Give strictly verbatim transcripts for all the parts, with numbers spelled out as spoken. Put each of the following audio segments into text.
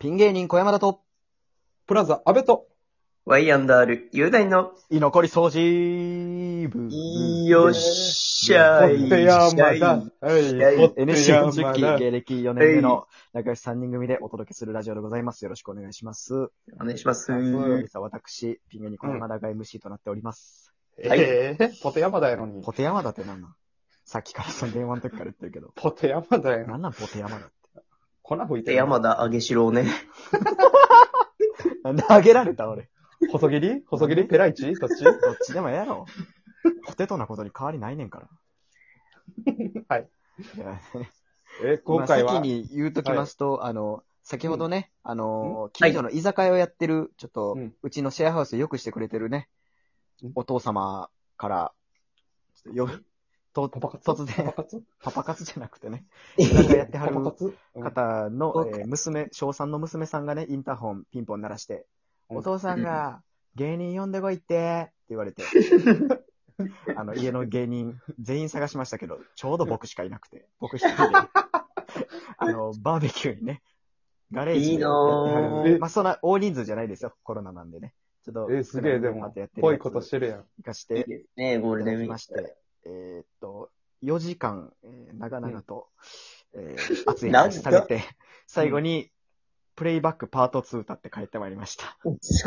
ピン芸人小山田と、 プラザ、安倍と、 ワイアンダール、雄大の、 居残り掃除部。 よっしゃい。 ポテヤマだ。はい、ポテエヌシーよんじゅっ 期ヤマだ。 芸歴よねんめの仲良しさんにん組でお届けするラジオでございます。よろしくお願いします。 お願いします。 うん実は私、ピン芸人小山田が エムシー となっております。 はいえー、ポテヤマだやのに。 ポテ山田ってなんなん？さっきからその電話の時から言ってるけど。 ポテヤマだやのに。 なんなんポテ山田って。 粉吹いてで、 る。 山田あげしろをね。 なんであげられた俺。 細切り細切りペライチどっちどっちでもええやろ。ポテトなことに変わりないねんから。 はい。 いやえ、今回は、 まあ先に言うときますと、あの、先ほどね、あの、 うん近所の居酒屋をやってる、ちょっと、 うんうちのシェアハウスを良くしてくれてるね、 うんお父様から、ちょっとよ、と、 パパ活突然パパ、活パパ活じゃなくてね、居酒屋やってはるパパ活方の、 うんえー娘、小さんの娘さんがね、インターホンピンポン鳴らして、 うんお父さんが、芸人呼んでこいって、って言われて、あの、家の芸人、全員探しましたけど、ちょうど僕しかいなくて、僕一人で、あの、バーベキューにね、ガレージでやってはるいいなぁまあ、そんな大人数じゃないですよ、コロナなんでね。ちょっと、 え、すげえ、でも、 やってるぽいことやつしてるやん。 行かしいいてですね、ゴーいただルデンウィーク。 きまして、えーっと、よじかん、えー長々と、えー熱い話されて、最後に、プレイバックパートツー歌って帰ってまいりました。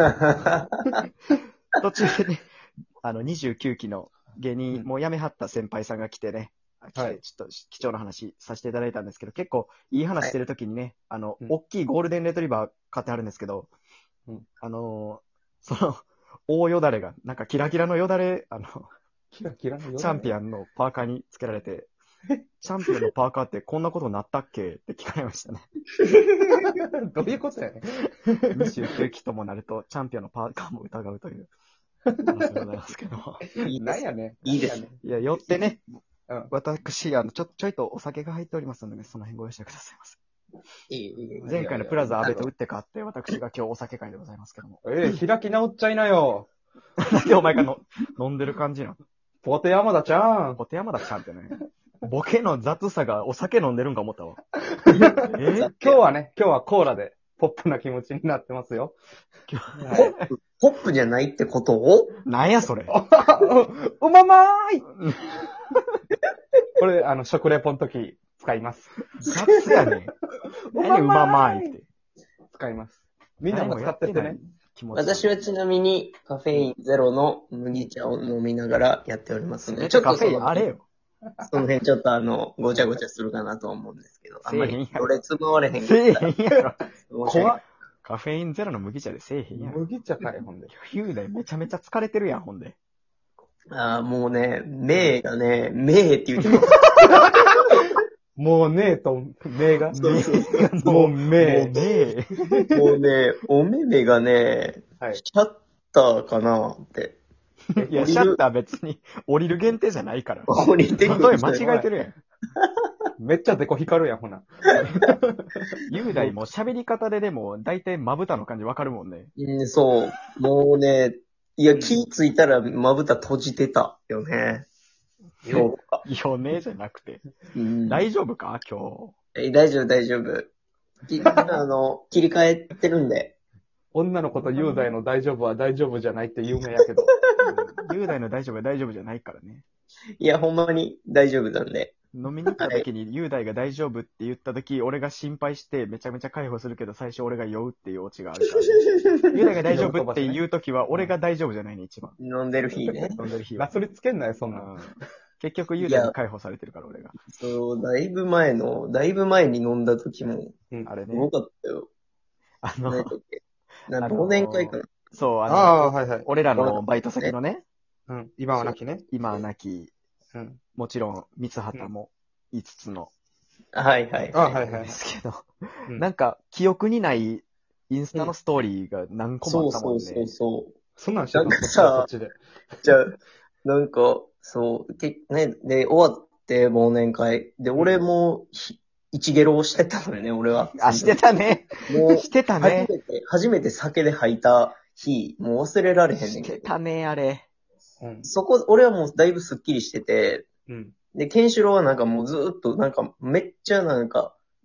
途中でね、あの、にじゅうきゅうきの芸人、 うんもう辞めはった先輩さんが来てね、来てはいちょっと貴重な話させていただいたんですけど、結構いい話してる時にね、あの、 うん大きいゴールデンレトリバー買ってあるんですけど、 うんあのーその、大よだれが、なんかキラキラのよだれ、あの、 キラキラのよ。 チャンピオンのパーカーにつけられて、チャンピオンのパーカーってこんなことになったっけって聞かれましたね。 ン。どういうことやねん。 にじゅうきゅうきともなると、チャンピオンのパーカーも疑うという話でございますけども。 いいです。 なんやねん。 いいですなんやねいや、よってね、 ん。うん。 私、あの、ちょ、ちょいとお酒が入っておりますのでね、その辺ご容赦くださいませ。 いいいい前回のプラザ安倍と打って変わって、私が今日お酒会でございますけども。 えー、開き直っちゃいなよ。 なんでお前がの飲んでる感じなのポテヤマだちゃん。 ポテ山田ちゃんってね、ボケの雑さがお酒飲んでるんか思ったわ。えー、 今日はね、今日はコーラで、ポップな気持ちになってますよ。 ポップ、ポップじゃないってことをなんやそれ。 うままーいこれ、あの、食レポの時、使います。 雑やねん。何うままいって。 使います。みんなも使ってってね。 気持ちいい。 私はちなみにカフェインゼロの麦茶を飲みながらやっておりますので、 ちょっとカフェイそのンあれよ。 その辺ちょっとあの、ごちゃごちゃするかなと思うんですけど、あんまりせえへんやろろれつ回れへんせえへんやろ。 怖っ。 カフェインゼロの麦茶でせえへんやろ。 麦茶かい、ほんで。 雄大めちゃめちゃ疲れてるやん、ほんで。 ああ、もうね、名がね、名って言ってます。 もうねえと、名が。 そうそうもうも名う。ねもうね、お目目がね、 はい。 シャッターかなって。 いや、シャッター別に降りる限定じゃないから。 降りてくる。 例え間違えてるやん。 めっちゃデコ光るやん、ほな。 雄大も喋り方ででも、だいたいまぶたの感じわかるもんね。 うん、そう。もうね、いや、気ついたらまぶた閉じてたよね。今日か。 よねじゃなくて。 うん、 大丈夫か今え大丈夫、大丈夫。きあの、切り替えてるんで。 女の子と雄大の大丈夫は大丈夫じゃないって有名やけど。 日。雄大の大丈夫は大丈夫じゃないからね。 いや、ほんまに大丈夫なんで。 飲みに行った時に雄大が大丈夫って言った時、俺が心配してめちゃめちゃ介抱するけど、最初俺が酔うっていうオチがあるから、ね。雄大が大丈夫って言う時は、俺が大丈夫じゃないね、一番。 飲んでる日ね。 飲んでる日はな。すりつけんなよ、そんな。 うん結局雄大に介抱されてるから、俺が。 そう、だいぶ前の、だいぶ前に飲んだ時も、 あれねすご。かったよ。 あの何やったっけなあのー忘年会かな。 そう、あの、 ああ、はいはい。 俺らのバイト先のね、 うん。今はなきね。 今は亡き、 うん。 もちろん、三畑もいつつの、 はいはい。 あはいはいで。すけど、 うんなんか、記憶にないインスタのストーリーが何個もあそうったもんね。 そうそうそう。 そんなんしてたのなんかさこっちで。 じゃあ、なんか、そう、けね、で、終わって忘年会。で、俺もひ、一ゲロをしてたのよね、俺は。 あ、してたね。 もう、 してた初ねめ。て、初めて酒で吐いた日、もう忘れられへんねんしてけど。 たね、あれ。 うん。 そこ、俺はもうだいぶスッキリしてて、 うん。 で、ケンシロウはなんかもうずーっと、なんかめっちゃなんか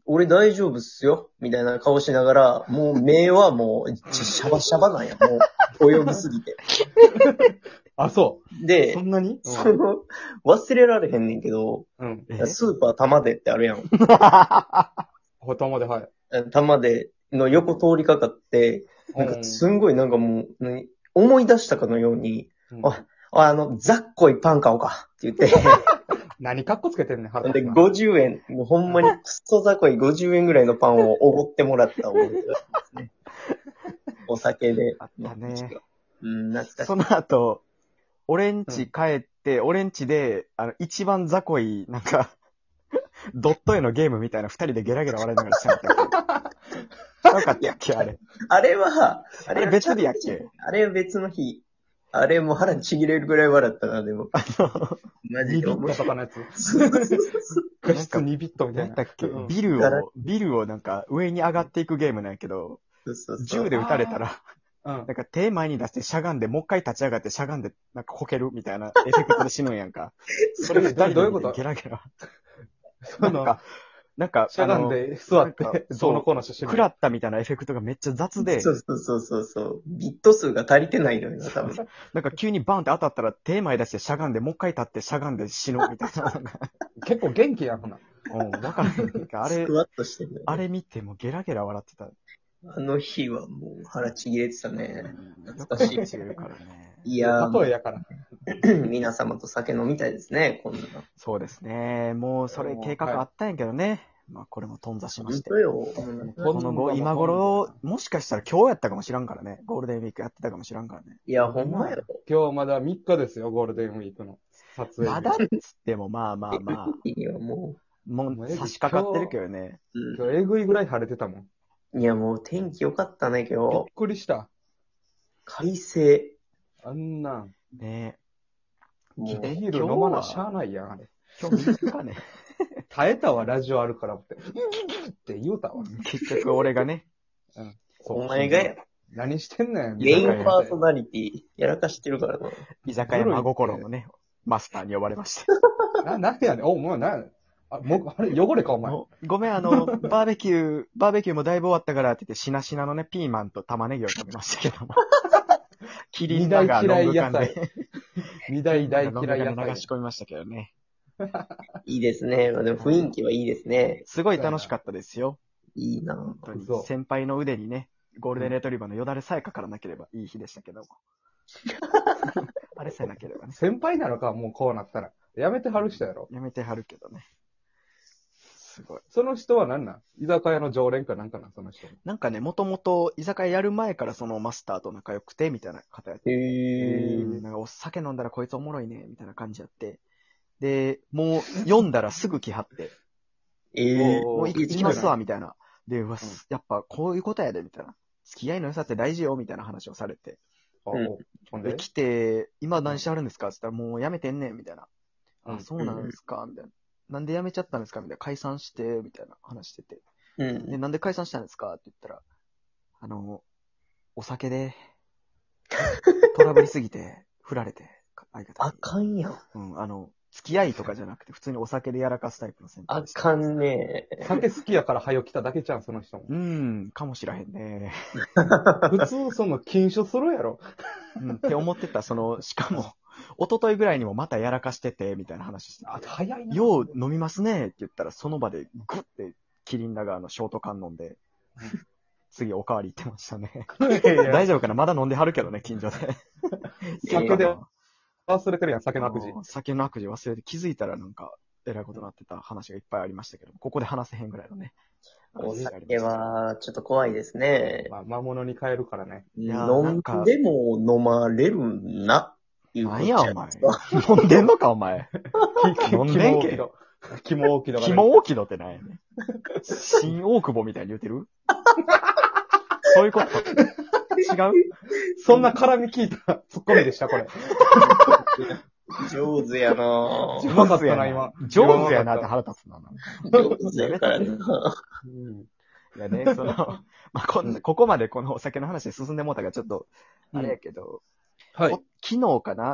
俺大丈夫っすよ、みたいな顔しながら、もう目はもう、シャバシャバなんや、もう、泳ぎすぎて。 あ、そでう。そ、んなにその、忘れられへんねんけど、 うん。 えスーパー玉でってあるやん。 ほとんどで、はい。 玉での横通りかかって、なんかすんごいなんかもう、何思い出したかのように、 うんあ、あの、ざっこいパン買おうかって言って、 何カッコつけてんねん、腹で、 立つなごじゅうえん、もうほんまにクソざこいごじゅうえんぐらいのパンをおごってもらった思い出がありますね。お酒で。 あったね。 うん、懐かしい。 その後、俺んち帰って、俺んちで、あの、一番雑魚い、なんか、ドット絵のゲームみたいな二人でゲラゲラ笑いながらしてなかったっけ。よかったっけ、あれ。 あれは、あれ別日やっけあれは別の日。あれもう腹ちぎれるぐらい笑ったな、でも。マジにで面白い。 ビットとかのやつ。画質にビットみたいな。 何だっけ、 うんビルガラを、ビルをなんか上に上がっていくゲームなんやけど、 そうそうそう銃で撃たれたら、 うんなん。か手前に出してしゃがんで、もう一回立ち上がってしゃがんで、なんかこけるみたいなエフェクトで死ぬんやんか。それ二人でどういうことゲラゲラ。 その、 なんか、なんか、 しゃがんで座っなんかて、どうのこうのして死ぬ食らったみたいなエフェクトがめっちゃ雑で、 そうそうそうそうそう。ビット数が足りてないのよな、多分。 なんか急にバンって当たったら手前出してしゃがんで、もう一回立ってしゃがんで死ぬみたいな。なんか結構元気やん、ほな。 うん、わからへんけど。あれスク、ワットしてるのよねあれ見てもうゲラゲラ笑ってた。 あの日はもう腹ちぎれてたね。 よ懐かしいく違うからね。 いや例えやから。 ー、皆様と酒飲みたいですね、こんなの。 そうですね。もうそれ計画あったんやけどね。まあこれも頓挫しまして。 本当よ。 この後、今頃、もしかしたら今日やったかもしらんからね。ゴールデンウィークやってたかもしらんからね。 いや、ほんまよ。 今日まだみっかですよ、ゴールデンウィークの撮影日。 まだっつってもまあまあまあ、 いや、ももう差し掛かってるけどね。 う。 今日えぐいぐらい晴れてたもん。 うん。いや、もう天気良かったね、 びっ今日。 くりした。 快晴。 あんなん。 ねもう、 ビール飲まなしゃあないやん、あれ。 今日みっかね。 耐えたわ、ラジオあるからって。って言うたわ。 結局俺がね、 お前がや、 何してんねん。 メインパーソナリティ、やらかしてるからな。 居酒屋真心のね、マスターに呼ばれまして。 な、なんやねん。お、もうなんあ、もう、あれ、汚れか、お前。 もうごめん、あの、バーベキュー、バーベキューもだいぶ終わったからって言って、しなしなのね、ピーマンと玉ねぎを食べましたけども。キリンバーガーロング缶で、 二大大ロング缶嫌い野菜で流し。込みましたけどね。 いいですね。まあ、でも雰囲気はいいですね。 すごい楽しかったですよ。 いいな。 本当にそう先輩の腕にね、ゴールデンレトリバーのよだれさえかからなければいい日でしたけども。あれさえなければね。 先輩なのか、もうこうなったら。やめてはる人やろ。 やめてはるけどね。すごい。 その人は何なん居酒屋の常連かなんかな、その人。 なんかね、もともと居酒屋やる前からそのマスターと仲良くて、みたいな方やって。 へうんー。 なんかお酒飲んだらこいつおもろいね、みたいな感じやって。で、もう読んだらすぐ来はって、 えー。 もう行いいきますわ、 みみたいな。で、うわ、やっぱこういうことやで、みたいな。付き合いの良さって大事よ、みたいな話をされて。 うんで、 ほんで来て、今何してはるんですかって言ったら、もう辞めてんねん、みたいな。 うんあ、そうなんですかみたいな。なんで辞めちゃったんですかみたいな。解散して、みたいな話してて。 うん。 で、なんで解散したんですかって言ったら、あの、お酒で、トラブりすぎて、振られて、相方あに。 かんやん。 うん、あの、付き合いとかじゃなくて、普通にお酒でやらかすタイプの先輩あでした。 かんね酒好きやから早起きただけじゃん、その人も。 うん、かもしらへんね。 普通、その、禁酒するやろ。 うん、って思ってた、その、しかも、一昨日ぐらいにもまたやらかしてて、みたいな話してあ、 て。 早いな。 よう飲みますねって言ったら、その場でグッてキリンラガーのショート缶飲んで、次おかわり行ってましたね。大丈夫かなまだ飲んではるけどね、近所で。 酒で忘れてるやん、酒の悪事。 もう酒の悪事忘れて気づいたらなんか、えらいことになってた話がいっぱいありましたけど、ここで話せへんぐらいのね。 お酒は、ちょっと怖いですね。 まあ、魔物に変えるからね。 いや飲んなんかでも飲まれるな、いうことなんやお前。飲んでんのかお前。飲んでんけ。 肝大きいのがね。 肝大きのってなんやねん。新大久保みたいに言うてるそういうこと違うそんな絡み聞いたツッコミでした、これ。 上手やなぁ。 うまかったな、今。 上手やなって腹立つな。なんか上手やからな。 うんいやね、その、まあ、こんここまでこのお酒の話で進んでもうたからちょっと、あれやけど、 はいお。昨日かな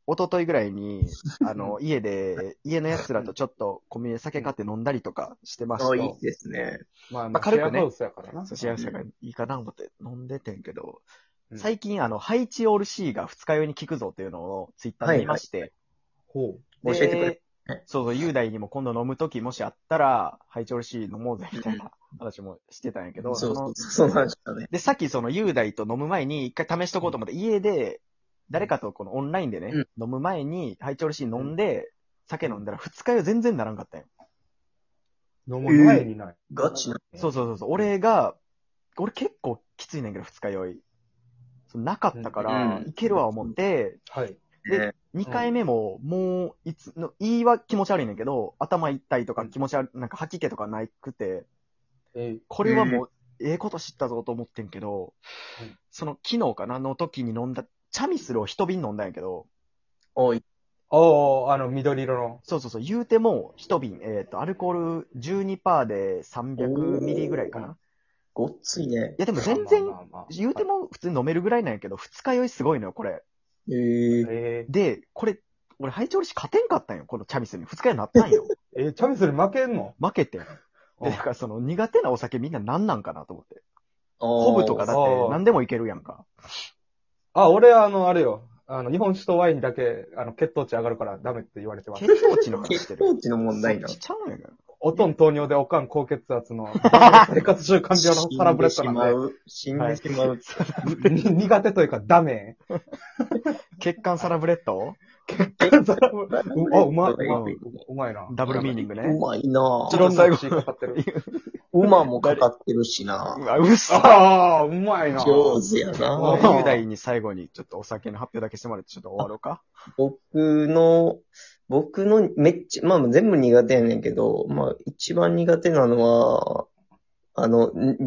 一昨日ぐらいに、あの、家で、家の奴らとちょっとコンビニで酒買って飲んだりとかしてましあ、 た。 いいですね。 まあ、 まあ軽くねシェアハウスやからな。 そう、幸せがいいかな思って飲んでてんけど、 うん最近あの、ハイチオール C が二日酔いに効くぞっていうのをツイッターで見まして、 ほう。 で教えてくれ。 そうそう、雄大にも今度飲むときもしあったら、ハイチオール C 飲もうぜみたいな話もしてたんやけど、 そうそ、 そうのそうなんですよね。 で、さっきその雄大と飲む前に一回試しとこうと思って、家で、誰かとこのオンラインでね、 うん飲む前に、ハイチョール C 飲んで、酒飲んだら二日酔い全然ならんかったんよ。 飲む前にない。 ガチな。 そうそうそうそう。俺が、俺結構きついねんけど、二日酔い。そうなかったから、 うんいけるわ思って、 はい。 でね。 二回目も、もう、いつの、言いは気持ち悪いねんけど、頭痛いとか気持ち悪い、なんか吐き気とかなくて、 えこれはもう、ええこと知ったぞと思ってんけど、 うんその昨日かなの時に飲んだ、チャミスルを一瓶飲んだんやけど、 おい。 おー、あの、緑色の。 そうそうそう、言うても一瓶、えっ、と、アルコール じゅうにパーセント でさんびゃくミリぐらいかな。 ごっついね。 いやでも全然まあ、まあまあ言うても普通に飲めるぐらいなんやけど、二日酔いすごいのよ、これ。 えー、 えで、これ、俺、ハイチョール氏勝てんかったんよ、このチャミスルに。二日酔いになったんよ。 ー、えー、チャミスル負けんの負けてん。 うで、 んだからその苦手なお酒みんな何なんかなと思って。 ホホブとかだって何でもいけるやんか。 あ、俺はあの、あれよ。あの、日本酒とワインだけ、あの、血糖値上がるからダメって言われてます。 血糖値の話してる。 血糖値の問題なそっちちゃうんやから。 おとん糖尿でおかん高血圧の生活習慣病のサラブレッドなんで。 死んでしまう。 に苦手というかダメ。 血管サラブレッドサラブあ、うまい、うまい、うまいな。 ダブルミーニングね。 うまいなちろんな口かかってる。 馬もかかってるしなうわ、うっそ。 ああ、うまいな。 上手やもうな雄大に最後にちょっとお酒の発表だけしてもらってちょっと終わろうか。 僕の、僕のめっちゃ、まあ全部苦手やねんけど、まあ一番苦手なのは、あの、